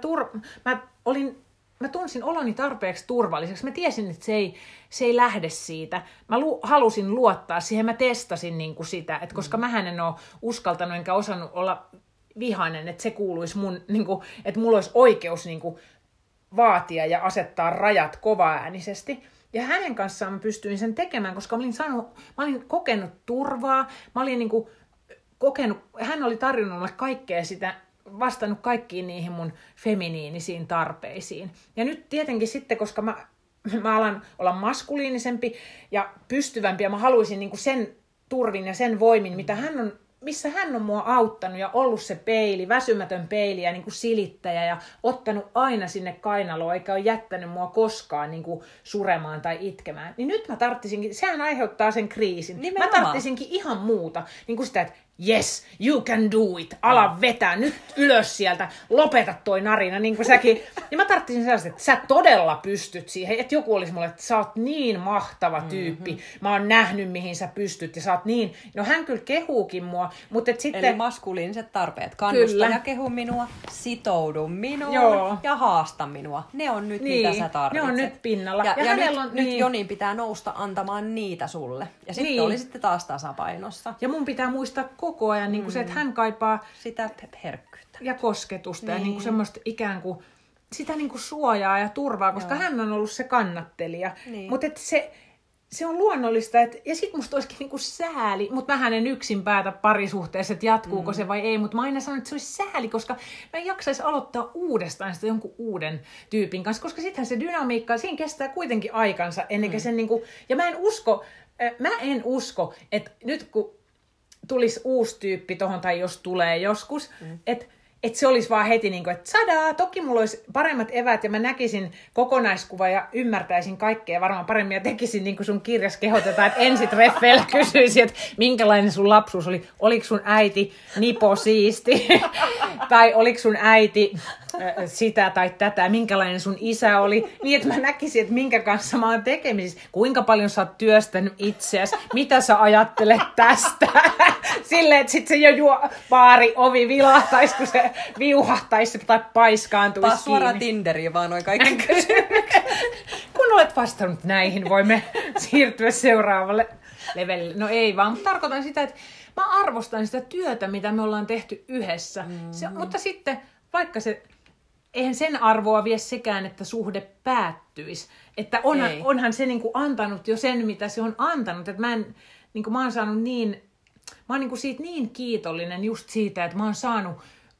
mä tunsin oloni tarpeeksi turvalliseksi. Mä tiesin, että se ei lähde siitä. Mä halusin luottaa siihen. Mä testasin niinku sitä, että koska mähän en ole uskaltanut enkä osannut olla vihainen, että se kuuluisi mun, niinku, että mulla olisi oikeus niinku vaatia ja asettaa rajat kovaäänisesti. Ja hänen kanssaan mä pystyin sen tekemään, koska mä olin kokenut turvaa, mä olin niinku kokenut, hän oli tarjonnut mulle kaikkea sitä, vastannut kaikkiin niihin mun feminiinisiin tarpeisiin. Ja nyt tietenkin sitten, koska mä alan olla maskuliinisempi ja pystyvämpi ja mä haluaisin niinku sen turvin ja sen voimin, missä hän on mua auttanut ja ollut se peili, väsymätön peili ja niin kuin silittäjä ja ottanut aina sinne kainaloon, eikä ole jättänyt mua koskaan niin kuin suremaan tai itkemään. Niin nyt mä tarttisinkin, sehän aiheuttaa sen kriisin. Nimenomaan. Mä tarttisinkin ihan muuta, niin kuin sitä, että yes, you can do it, ala vetää, nyt ylös sieltä, lopeta toi narina, niin kuin säkin. Ja mä tarttisin sellaista, että sä todella pystyt siihen, että joku olisi mulle, että sä oot niin mahtava tyyppi, mä oon nähnyt mihin sä pystyt ja sä oot niin, no hän kyllä kehuukin mua, mutta sitten... Eli maskuliiniset tarpeet, kannusta ja kehu minua, sitoudu minuun ja haasta minua, ne on nyt mitä sä tarvitset. Ne on nyt pinnalla. Ja nyt Jonin pitää nousta antamaan niitä sulle. Ja sitten oli sitten taas tasapainossa. Ja mun pitää muistaa koko ajan niin kuin se, että hän kaipaa sitä herkkyyttä ja kosketusta ja niin kuin semmoista ikään kuin sitä niin kuin suojaa ja turvaa, koska hän on ollut se kannattelija. Niin. Mutta se on luonnollista, ja sit musta olisikin niinku sääli, mutta mähän en yksin päätä parisuhteessa, että jatkuuko se vai ei, mutta mä aina sanon, että se olisi sääli, koska mä en jaksaisi aloittaa uudestaan sitä jonkun uuden tyypin kanssa, koska sittenhän se dynamiikka, siinä kestää kuitenkin aikansa, ennen kuin sen niinku, ja mä en usko, että nyt kun tulisi uusi tyyppi tohon, tai jos tulee joskus, että se olisi vaan heti niin kuin, että sadaa, toki mulla olisi paremmat eväät ja mä näkisin kokonaiskuva ja ymmärtäisin kaikkea varmaan paremmin ja tekisin niin kuin sun kirjas kehotetaan, että ensin treffeillä kysyisin, että minkälainen sun lapsuus oli, oliko sun äiti nipo siisti tai oliko sun äiti sitä tai tätä, minkälainen sun isä oli, niin että mä näkisin, että minkä kanssa mä oon tekemisissä, kuinka paljon sä oot työstänyt itseäsi, mitä sä ajattelet tästä, silleen, että sit se jo baari ovi vilahtaisi, kun se viuhahtaisi tai paiskaantuisi kiinni. Suoraan Tinderiin vaan noin kaikki kysymykset. Kun olet vastannut näihin, voimme siirtyä seuraavalle levelille. No ei vaan, mutta tarkoitan sitä, että mä arvostan sitä työtä, mitä me ollaan tehty yhdessä. Mutta sitten, vaikka eihän sen arvoa vie sekään, että suhde päättyisi. Että onhan se niinku antanut jo sen, mitä se on antanut. Että mä oon saanut mä oon niinku siitä niin kiitollinen just siitä, että mä oon saanut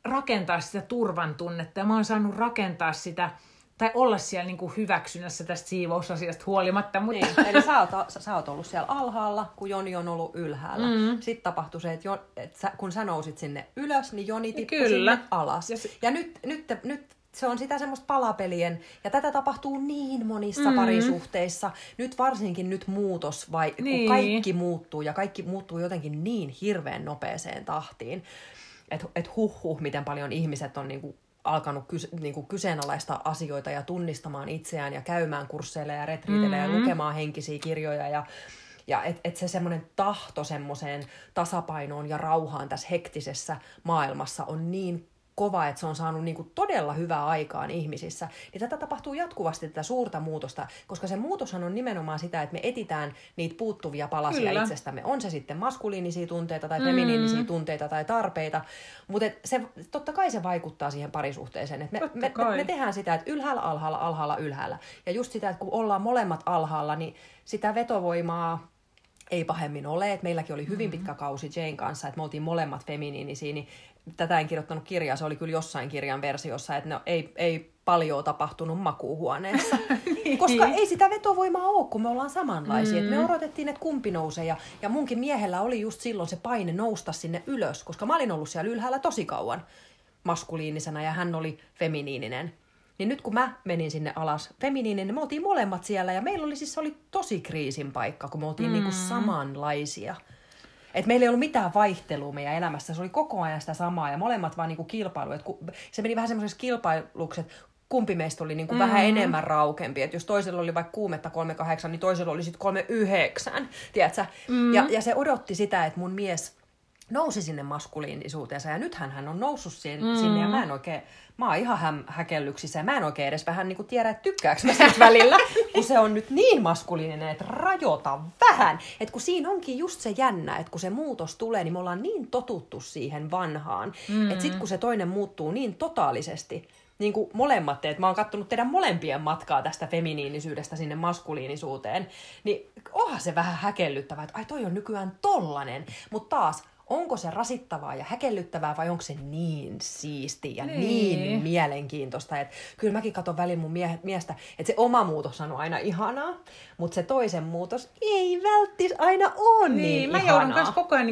rakentaa sitä turvan tunnetta ja mä oon saanut rakentaa sitä, tai olla siellä niin kuin hyväksynnässä tästä siivousasiasta huolimatta. Mutta... Niin, eli sä oot ollut siellä alhaalla, kun Joni on ollut ylhäällä. Sitten tapahtui se, että kun sä nousit sinne ylös, niin Joni tippui sinne alas. Ja nyt se on sitä semmoista palapelien, ja tätä tapahtuu niin monissa parisuhteissa. Nyt varsinkin nyt muutos, kun kaikki muuttuu, ja kaikki muuttuu jotenkin niin hirveän nopeeseen tahtiin, että miten paljon ihmiset on niinku alkanut kyseenalaistaa asioita ja tunnistamaan itseään ja käymään kursseille ja retriiteille ja lukemaan henkisiä kirjoja ja että se semmoinen tahto semmoiseen tasapainoon ja rauhaan tässä hektisessä maailmassa on niin kova, että se on saanut niinku todella hyvää aikaan ihmisissä. Niin tätä tapahtuu jatkuvasti, tätä suurta muutosta, koska se muutoshan on nimenomaan sitä, että me etitään niitä puuttuvia palasia itsestämme. On se sitten maskuliinisia tunteita tai feminiinisiä tunteita tai tarpeita, mutta totta kai se vaikuttaa siihen parisuhteeseen. Että me tehdään sitä, että ylhäällä, alhaalla, alhaalla, ylhäällä. Ja just sitä, että kun ollaan molemmat alhaalla, niin sitä vetovoimaa ei pahemmin ole. Että meilläkin oli hyvin pitkä kausi Jane kanssa, että me oltiin molemmat feminiinisiä, niin tätä en kirjoittanut kirjaa, se oli kyllä jossain kirjan versiossa, että ei paljon tapahtunut makuuhuoneessa. Koska ei sitä vetovoimaa ole, kun me ollaan samanlaisia. Et me odotettiin, että kumpi nousee, ja munkin miehellä oli just silloin se paine nousta sinne ylös, koska mä olin ollut siellä ylhäällä tosi kauan maskuliinisena, ja hän oli feminiininen. Niin nyt kun mä menin sinne alas feminiininen, niin me oltiin molemmat siellä, ja meillä oli se oli tosi kriisin paikka, kun me oltiin niinku samanlaisia. Et meillä ei ollut mitään vaihtelua meidän elämässä, se oli koko ajan sitä samaa ja molemmat vaan niinku kilpailu. Se meni vähän semmoisessa kilpailuksi, että kumpi meistä oli niinku vähän enemmän raukempi. Et jos toisella oli vaikka kuumetta 3,8, niin toisella oli sitten 3,9, tiedätkö? Ja se odotti sitä, että mun mies nousi sinne maskuliinisuuteensa ja nythän hän on noussut sinne ja mä oon ihan häkellyksissä ja mä en oikein edes vähän niinku tiedä, että tykkääkö mä siitä välillä, kun se on nyt niin maskuliininen, että rajoita vähän. Että kun siinä onkin just se jännä, että kun se muutos tulee, niin me ollaan niin totuttu siihen vanhaan, että sit kun se toinen muuttuu niin totaalisesti, niin kuin molemmat teet, mä oon kattonut teidän molempien matkaa tästä feminiinisyydestä sinne maskuliinisuuteen, niin onhan se vähän häkellyttävää, että ai toi on nykyään tollanen, mutta taas, onko se rasittavaa ja häkellyttävää vai onko se niin siistiä ja niin mielenkiintoista, että kyllä mäkin katson välillä mun miestä, että se oma muutos on aina ihanaa, mutta se toisen muutos ei välttis aina ole niin mä ihanaa. joudun kanssa koko ajan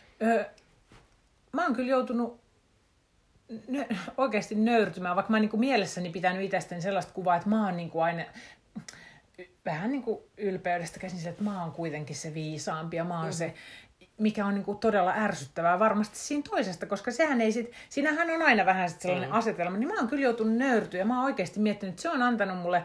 mä oon kyllä joutunut oikeasti nöyrtymään, vaikka mä oon mielessäni pitänyt itsestäni sellaista kuvaa, että mä oon aina vähän ylpeydestä käsin se, että mä oon kuitenkin se viisaampi ja mä oon se, mikä on todella ärsyttävää varmasti siinä toisesta, koska sehän ei siinähän on aina vähän sellainen asetelma, niin mä oon kyllä joutunut nöyrtyä ja mä oon oikeasti miettinyt, että se on antanut mulle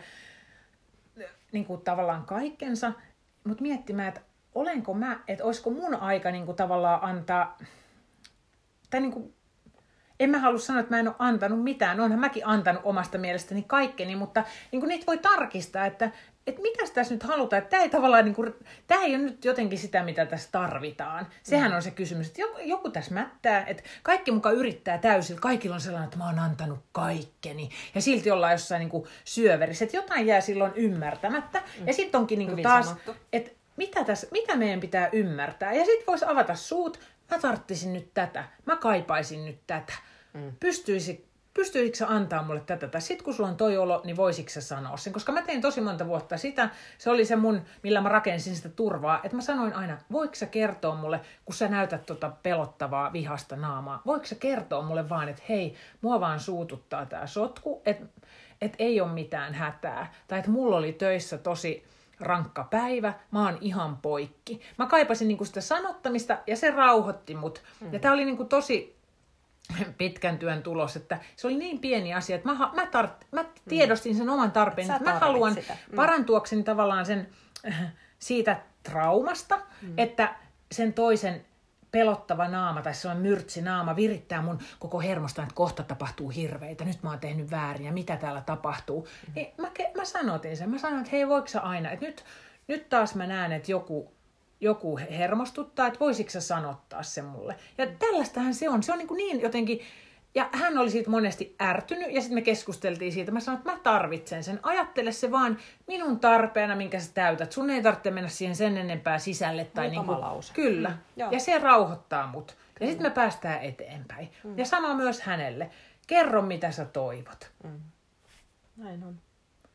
tavallaan kaikkensa, mutta miettimään, että olenko mä, että olisiko mun aika tavallaan antaa, tai en mä halua sanoa, että mä en ole antanut mitään, onhan mäkin antanut omasta mielestäni kaikkeni, mutta niitä voi tarkistaa, että mitäs tässä nyt halutaan, että tämä ei tavallaan, tämä ei ole nyt jotenkin sitä, mitä tässä tarvitaan. Sehän on se kysymys, että joku tässä mättää, että kaikki muka yrittää täysillä, kaikilla on sellainen, että mä oon antanut kaikkeni, ja silti ollaan jossain syöverissä, että jotain jää silloin ymmärtämättä, ja sitten onkin taas, että mitä meidän pitää ymmärtää, ja sitten voisi avata suut, mä tarttisin nyt tätä, mä kaipaisin nyt tätä, pystyisikö sä antaa mulle tätä, tai sit kun sulla on toi olo, niin voisitko sä sanoa sen, koska mä tein tosi monta vuotta sitä, se oli se millä mä rakensin sitä turvaa, että mä sanoin aina, voiko sä kertoa mulle, kun sä näytät pelottavaa vihasta naamaa, voiko sä kertoa mulle vaan, että hei, mua vaan suututtaa tää sotku, että ei ole mitään hätää, tai että mulla oli töissä tosi rankka päivä, mä oon ihan poikki. Mä kaipasin sitä sanottamista ja se rauhoitti mut. Ja tää oli tosi pitkän työn tulos, että se oli niin pieni asia, että mä tiedostin sen oman tarpeen, että mä haluan parantuakseni tavallaan siitä traumasta, että sen toisen pelottava naama tai sellainen myrtsinaama virittää mun koko hermostaan, että kohta tapahtuu hirveitä, nyt mä oon tehnyt väärin ja mitä täällä tapahtuu. Niin mä sanotin sen, mä sanoin, että hei, voiko sä aina, että nyt taas mä näen, että joku hermostuttaa, että voisitko sä sanottaa sen mulle. Ja tällaistähän se on niin jotenkin, ja hän oli siitä monesti ärtynyt, ja sitten me keskusteltiin siitä. Mä sanoin, että mä tarvitsen sen. Ajattele se vaan minun tarpeena, minkä sä täytät. Sun ei tarvitse mennä siihen sen enempää sisälle. Tai lause. Kyllä. Ja se rauhoittaa mut. Ja sitten me päästään eteenpäin. Ja sano myös hänelle, kerro mitä sä toivot. Näin on.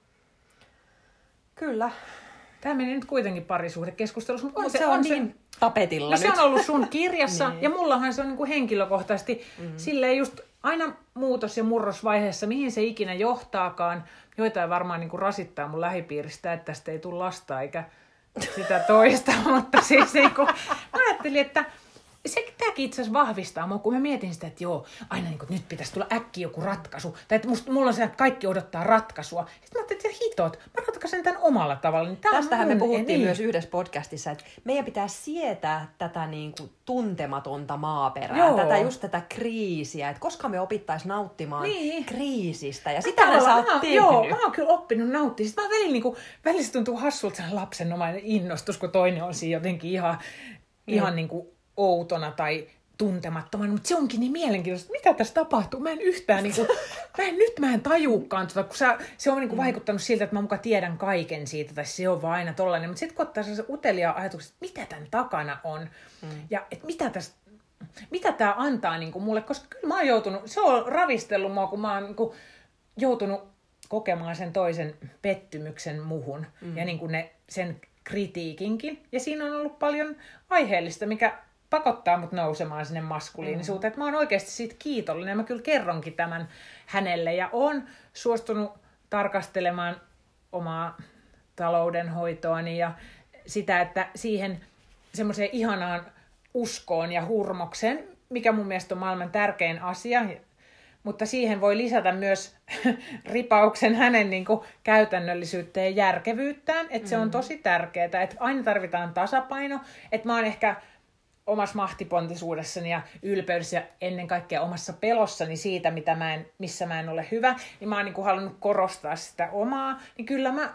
Kyllä. Tämä meni nyt kuitenkin parisuhdekeskustelussa, mutta se on niin tapetilla nyt. Se on ollut sun kirjassa ja mullahan se on niin kuin henkilökohtaisesti silleen just aina muutos- ja murrosvaiheessa, mihin se ikinä johtaakaan. Joitain varmaan niin kuin rasittaa mun lähipiiristä, että tästä ei tule lasta eikä sitä toista, mutta siis niin kuin, mä ajattelin, että tämäkin itse asiassa vahvistaa mua, kun mä mietin sitä, että joo, aina niin kuin, nyt pitäisi tulla äkkiä joku ratkaisu. Tai että mulla on se, että kaikki odottaa ratkaisua. Sitten mä ajattelin, että hitot, mä ratkaisen tämän omalla tavalla. Niin tästähän me puhuttiin myös yhdessä podcastissa, että meidän pitää sietää tätä niin kuin tuntematonta maaperää, tätä kriisiä, että koska me opittaisiin nauttimaan kriisistä. Ja sitähän sä oot tehnyt. Joo, mä oon kyllä oppinut nauttia. Sitten mä välillä, niin kuin, välillä tuntuu hassulta sen lapsenomainen innostus, kun toinen on siinä jotenkin ihan niin kuin outona tai tuntemattomana, mutta se onkin niin mielenkiintoista, mitä tässä tapahtuu. Mä en yhtään, mä en tajuukaan, kun se on vaikuttanut siltä, että mä muka tiedän kaiken siitä, tai se on vaan aina tollainen. Mutta sitten kun ottaa sellaisen uteliaan ajatuksen, että mitä tämän takana on, ja että mitä tämä antaa niin kuin mulle, koska kyllä mä oon joutunut, se on ravistellut mua, kun mä oon niin kuin joutunut kokemaan sen toisen pettymyksen muhun, ja niin kuin sen kritiikinkin. Ja siinä on ollut paljon aiheellista, mikä pakottaa mut nousemaan sinne maskuliinisuuteen. Että mä oon oikeasti siitä kiitollinen. Mä kyllä kerronkin tämän hänelle ja oon suostunut tarkastelemaan omaa taloudenhoitoani ja sitä, että siihen semmoiseen ihanaan uskoon ja hurmokseen, mikä mun mielestä on maailman tärkein asia, mutta siihen voi lisätä myös ripauksen hänen niin kuin käytännöllisyyttä ja järkevyyttään, että se on tosi tärkeää, että aina tarvitaan tasapaino, että mä oon ehkä omassa mahtipontisuudessani ja ylpeydessä ja ennen kaikkea omassa pelossani siitä, missä mä en ole hyvä, niin mä oon niin kuin halunnut korostaa sitä omaa, niin kyllä mä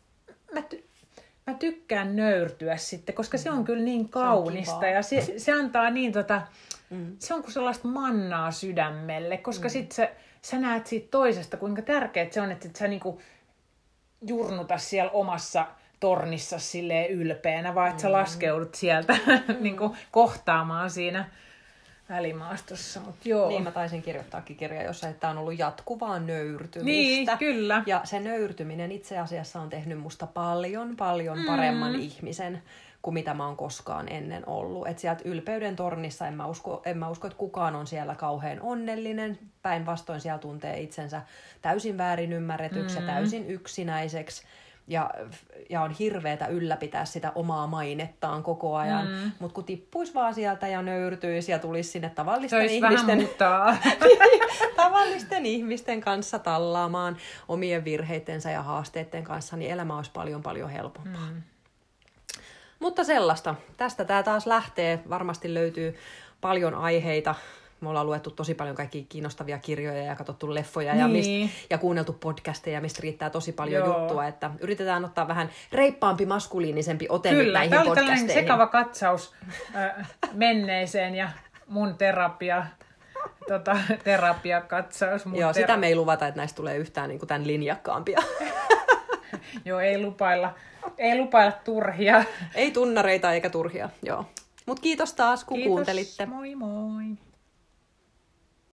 tykkään nöyrtyä sitten, koska se on kyllä niin kaunista ja se antaa niin se on kuin sellaista mannaa sydämelle, koska sitten sä näet siitä toisesta, kuinka tärkeää se on, että sä niinku jurnuta siellä omassa tornissa silleen ylpeänä, vaan että sä laskeudut sieltä niinku kohtaamaan siinä välimaastossa. Niin, mä taisin kirjoittaakin kirja, jossa että on ollut jatkuvaa nöyrtymistä. Niin, kyllä. Ja se nöyrtyminen itse asiassa on tehnyt musta paljon paremman ihmisen kuin mitä mä oon koskaan ennen ollut. Että sieltä ylpeyden tornissa en mä usko, että kukaan on siellä kauhean onnellinen. Päinvastoin siellä tuntee itsensä täysin väärin ymmärretyksi ja täysin yksinäiseksi. Ja on hirveetä ylläpitää sitä omaa mainettaan koko ajan. Mutta kun tippuisi vaan sieltä ja nöyrtyisi ja tulisi sinne tavallisten ihmisten kanssa tallaamaan omien virheitensä ja haasteiden kanssa, niin elämä olisi paljon helpompaa. Mutta sellaista. Tästä tämä taas lähtee. Varmasti löytyy paljon aiheita. Me ollaan luettu tosi paljon kaikkia kiinnostavia kirjoja ja katsottu leffoja ja kuunneltu podcasteja, mistä riittää tosi paljon juttua. Että yritetään ottaa vähän reippaampi, maskuliinisempi ote nyt näihin podcasteihin. Kyllä, tämä oli tällainen sekava katsaus menneeseen ja mun terapiakatsaus. Sitä me ei luvata, että näistä tulee yhtään niin kuin tämän linjakkaampia. Joo, ei lupailla turhia. Ei tunnareita eikä turhia, joo. Mut kiitos taas, kun kuuntelitte. Moi moi.